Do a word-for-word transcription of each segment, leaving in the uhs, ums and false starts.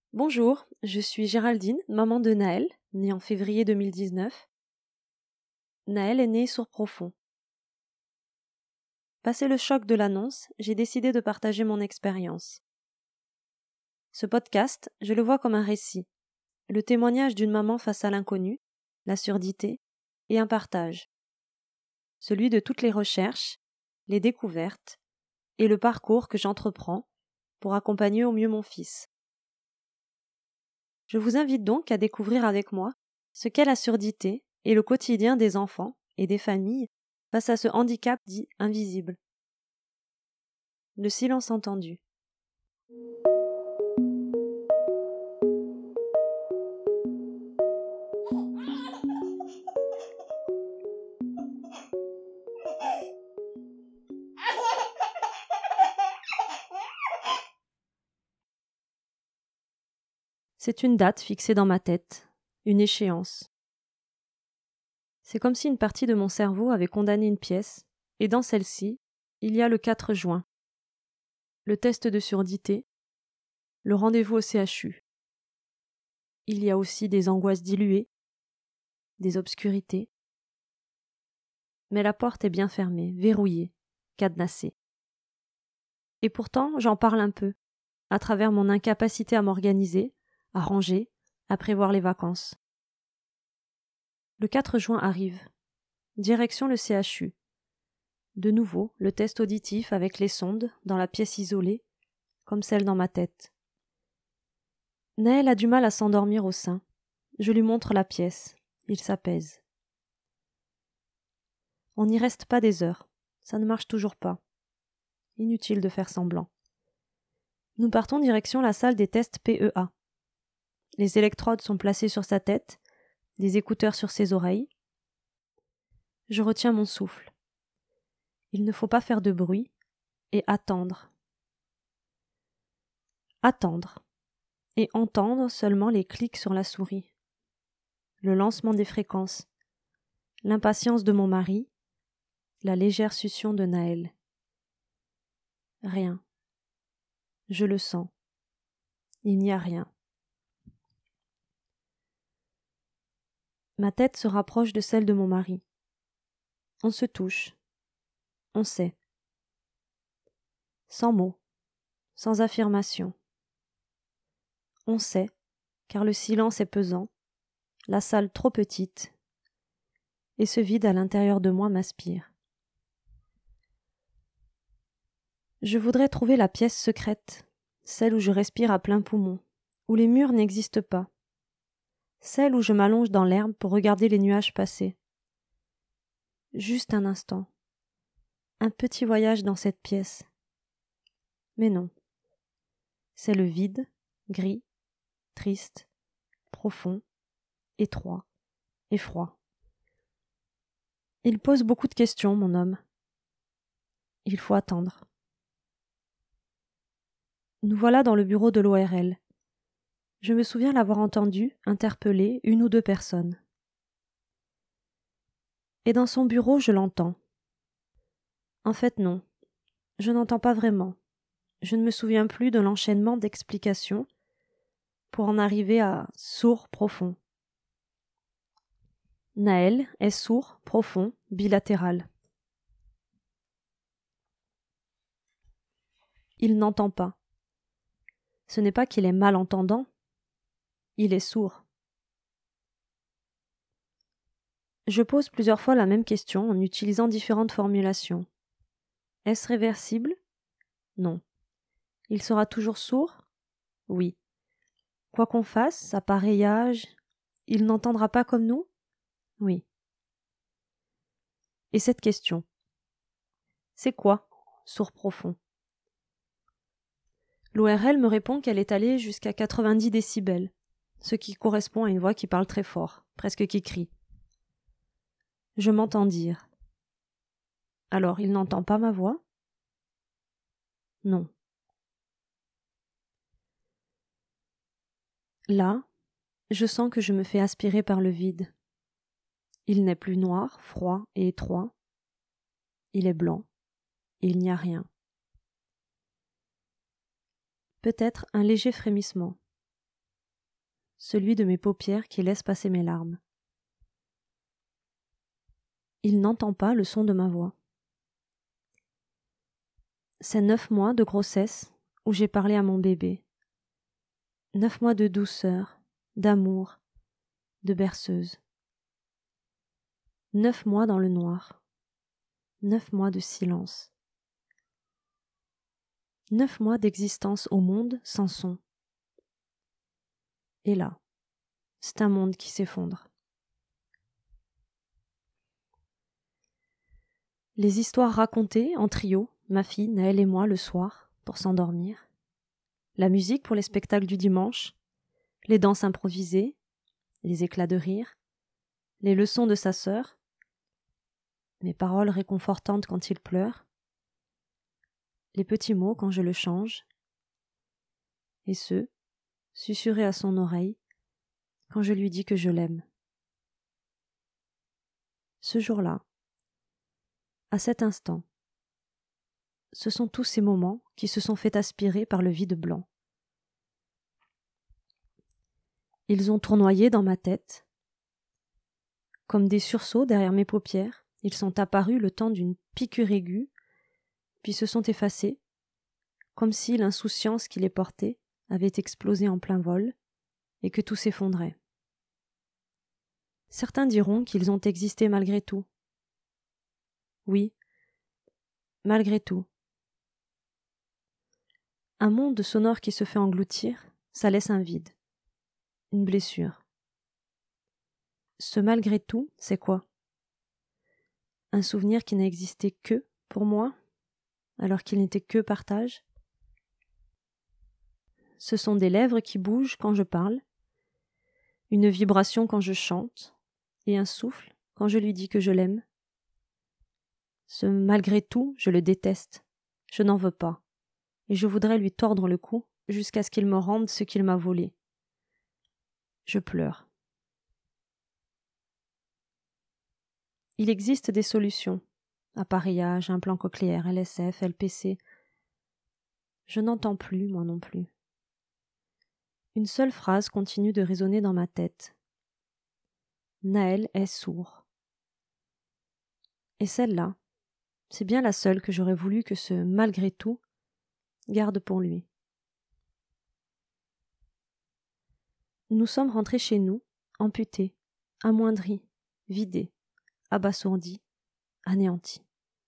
Bonjour, je suis Géraldine, maman de Naël, née en février deux mille dix-neuf. Naël est né sourd profond. Passé le choc de l'annonce, j'ai décidé de partager mon expérience. Ce podcast, je le vois comme un récit, le témoignage d'une maman face à l'inconnu, la surdité et un partage. Celui de toutes les recherches, les découvertes et le parcours que j'entreprends pour accompagner au mieux mon fils. Je vous invite donc à découvrir avec moi ce qu'est la surdité et le quotidien des enfants et des familles face à ce handicap dit invisible. Le silence entendu. C'est une date fixée dans ma tête, une échéance. C'est comme si une partie de mon cerveau avait condamné une pièce, et dans celle-ci, il y a le quatre juin. Le test de surdité, le rendez-vous au C H U. Il y a aussi des angoisses diluées, des obscurités. Mais la porte est bien fermée, verrouillée, cadenassée. Et pourtant, j'en parle un peu, à travers mon incapacité à m'organiser, à ranger, à prévoir les vacances. Le quatre juin arrive. Direction le C H U. De nouveau, le test auditif avec les sondes dans la pièce isolée, comme celle dans ma tête. Naël a du mal à s'endormir au sein. Je lui montre la pièce. Il s'apaise. On n'y reste pas des heures. Ça ne marche toujours pas. Inutile de faire semblant. Nous partons direction la salle des tests P E A. Les électrodes sont placées sur sa tête, des écouteurs sur ses oreilles. Je retiens mon souffle. Il ne faut pas faire de bruit et attendre. Attendre. Et entendre seulement les clics sur la souris. Le lancement des fréquences. L'impatience de mon mari. La légère succion de Naël. Rien. Je le sens. Il n'y a rien. Ma tête se rapproche de celle de mon mari. On se touche. On sait. Sans mots. Sans affirmation. On sait, car le silence est pesant, la salle trop petite, et ce vide à l'intérieur de moi m'aspire. Je voudrais trouver la pièce secrète, celle où je respire à plein poumon, où les murs n'existent pas, celle où je m'allonge dans l'herbe pour regarder les nuages passer. Juste un instant, un petit voyage dans cette pièce. Mais non, c'est le vide, gris, triste, profond, étroit et froid. Il pose beaucoup de questions, mon homme. Il faut attendre. Nous voilà dans le bureau de l'O R L. Je me souviens l'avoir entendu interpeller une ou deux personnes. Et dans son bureau, je l'entends. En fait, non. Je n'entends pas vraiment. Je ne me souviens plus de l'enchaînement d'explications pour en arriver à sourd profond. Naël est sourd, profond, bilatéral. Il n'entend pas. Ce n'est pas qu'il est malentendant, il est sourd. Je pose plusieurs fois la même question en utilisant différentes formulations. Est-ce réversible ? Non. Il sera toujours sourd ? Oui. Quoi qu'on fasse, à pareil âge, il n'entendra pas comme nous ? Oui. Et cette question ? C'est quoi, sourd profond ? L'O R L me répond qu'elle est allée jusqu'à quatre-vingt-dix décibels, ce qui correspond à une voix qui parle très fort, presque qui crie. Je m'entends dire. Alors, il n'entend pas ma voix ? Non. Là, je sens que je me fais aspirer par le vide. Il n'est plus noir, froid et étroit. Il est blanc, et il n'y a rien. Peut-être un léger frémissement. celui de mes paupières qui laisse passer mes larmes. Il n'entend pas le son de ma voix. C'est neuf mois de grossesse où j'ai parlé à mon bébé. Neuf mois de douceur, d'amour, de berceuse. Neuf mois dans le noir. Neuf mois de silence. Neuf mois d'existence au monde sans son. Et là, c'est un monde qui s'effondre. Les histoires racontées en trio, ma fille, Naël et moi, le soir, pour s'endormir. La musique pour les spectacles du dimanche. Les danses improvisées. Les éclats de rire. Les leçons de sa sœur. Mes paroles réconfortantes quand il pleure. Les petits mots quand je le change. Et ceux, susurrés à son oreille, quand je lui dis que je l'aime. Ce jour-là, à cet instant, ce sont tous ces moments qui se sont fait aspirer par le vide blanc. Ils ont tournoyé dans ma tête. Comme des sursauts derrière mes paupières, ils sont apparus le temps d'une piqûre aiguë, puis se sont effacés, comme si l'insouciance qui les portait avait explosé en plein vol, et que tout s'effondrait. Certains diront qu'ils ont existé malgré tout. Oui, malgré tout. Un monde sonore qui se fait engloutir, ça laisse un vide, une blessure. Ce malgré tout, c'est quoi? Un souvenir qui n'a existé que pour moi, alors qu'il n'était que partage? Ce sont des lèvres qui bougent quand je parle, une vibration quand je chante, et un souffle quand je lui dis que je l'aime. Ce malgré tout, je le déteste, je n'en veux pas, et je voudrais lui tordre le cou jusqu'à ce qu'il me rende ce qu'il m'a volé. Je pleure. Il existe des solutions. Appareillage, implant cochléaire, L S F, L P C. Je n'entends plus, moi non plus. Une seule phrase continue de résonner dans ma tête. Naël est sourd. Et celle-là, c'est bien la seule que j'aurais voulu que ce malgré tout garde pour lui. Nous sommes rentrés chez nous, amputés, amoindris, vidés, abasourdis, anéantis.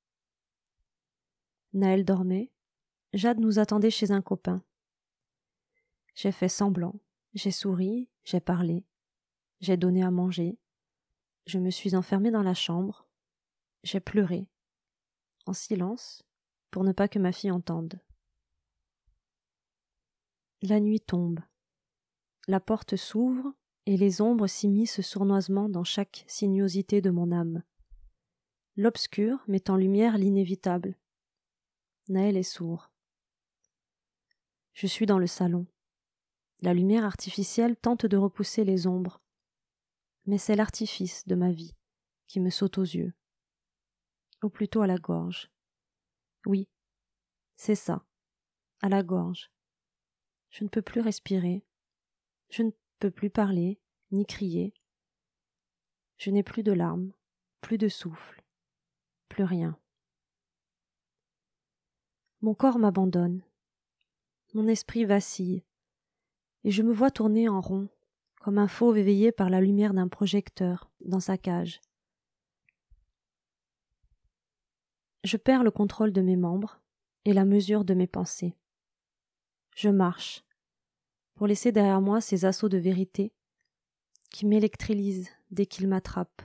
Naël dormait, Jade nous attendait chez un copain. J'ai fait semblant, j'ai souri, j'ai parlé, j'ai donné à manger, je me suis enfermée dans la chambre, j'ai pleuré, en silence, pour ne pas que ma fille entende. La nuit tombe. La porte s'ouvre et les ombres s'immiscent sournoisement dans chaque sinuosité de mon âme. L'obscur met en lumière l'inévitable. Naël est sourd. Je suis dans le salon. La lumière artificielle tente de repousser les ombres, mais c'est l'artifice de ma vie qui me saute aux yeux, ou plutôt à la gorge. Oui, c'est ça, à la gorge. Je ne peux plus respirer, je ne peux plus parler, ni crier. Je n'ai plus de larmes, plus de souffle, plus rien. Mon corps m'abandonne, mon esprit vacille, et je me vois tourner en rond, comme un fauve éveillé par la lumière d'un projecteur dans sa cage. Je perds le contrôle de mes membres et la mesure de mes pensées. Je marche, pour laisser derrière moi ces assauts de vérité qui m'électrisent dès qu'ils m'attrapent.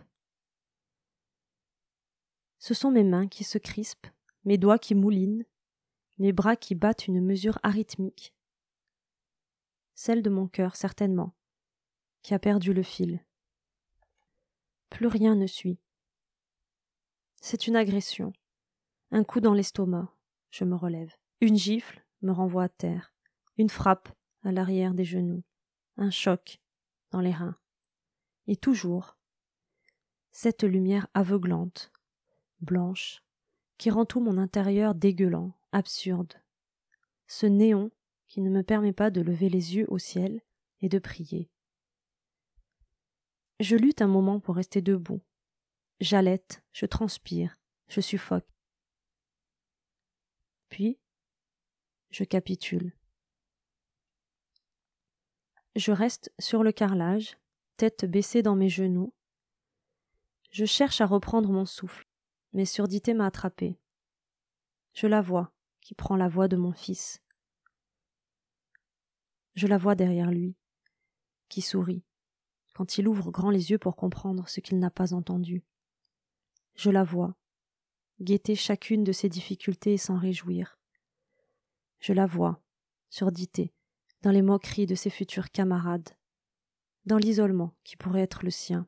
Ce sont mes mains qui se crispent, mes doigts qui moulinent, mes bras qui battent une mesure arythmique. Celle de mon cœur, certainement, qui a perdu le fil. Plus rien ne suit. C'est une agression. Un coup dans l'estomac, je me relève. Une gifle me renvoie à terre. Une frappe à l'arrière des genoux. Un choc dans les reins. Et toujours, cette lumière aveuglante, blanche, qui rend tout mon intérieur dégueulant, absurde. Ce néon qui ne me permet pas de lever les yeux au ciel et de prier. Je lutte un moment pour rester debout. J'halète, je transpire, je suffoque. Puis, je capitule. Je reste sur le carrelage, tête baissée dans mes genoux. Je cherche à reprendre mon souffle, mais surdité m'a attrapée. Je la vois, qui prend la voix de mon fils. Je la vois derrière lui, qui sourit, quand il ouvre grand les yeux pour comprendre ce qu'il n'a pas entendu. Je la vois, guetter chacune de ses difficultés et s'en réjouir. Je la vois, surdité, dans les moqueries de ses futurs camarades, dans l'isolement qui pourrait être le sien.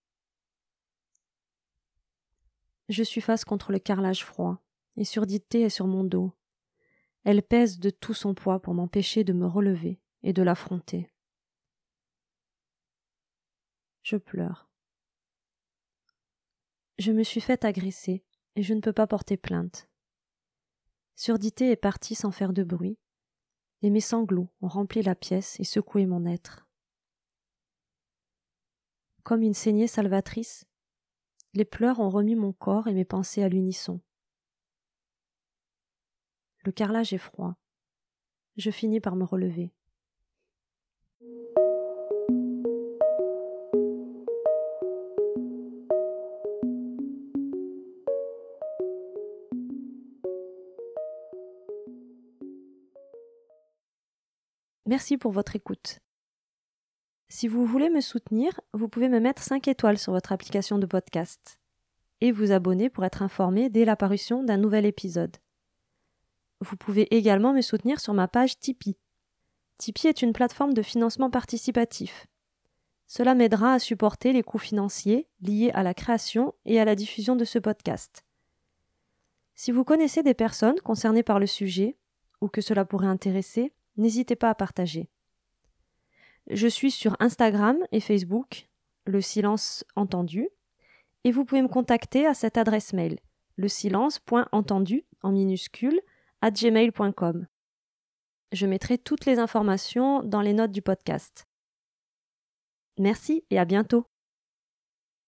Je suis face contre le carrelage froid, et surdité est sur mon dos. Elle pèse de tout son poids pour m'empêcher de me relever et de l'affronter. Je pleure. Je me suis fait agresser, et je ne peux pas porter plainte. Surdité est partie sans faire de bruit, et mes sanglots ont rempli la pièce et secoué mon être. Comme une saignée salvatrice, les pleurs ont remis mon corps et mes pensées à l'unisson. Le carrelage est froid. Je finis par me relever. Merci pour votre écoute. Si vous voulez me soutenir, vous pouvez me mettre cinq étoiles sur votre application de podcast et vous abonner pour être informé dès l'apparition d'un nouvel épisode. Vous pouvez également me soutenir sur ma page Tipeee. Tipeee est une plateforme de financement participatif. Cela m'aidera à supporter les coûts financiers liés à la création et à la diffusion de ce podcast. Si vous connaissez des personnes concernées par le sujet ou que cela pourrait intéresser, n'hésitez pas à partager. Je suis sur Instagram et Facebook, le silence entendu, et vous pouvez me contacter à cette adresse mail, le silence point entendu en minuscule arobase gmail point com. Je mettrai toutes les informations dans les notes du podcast. Merci et à bientôt.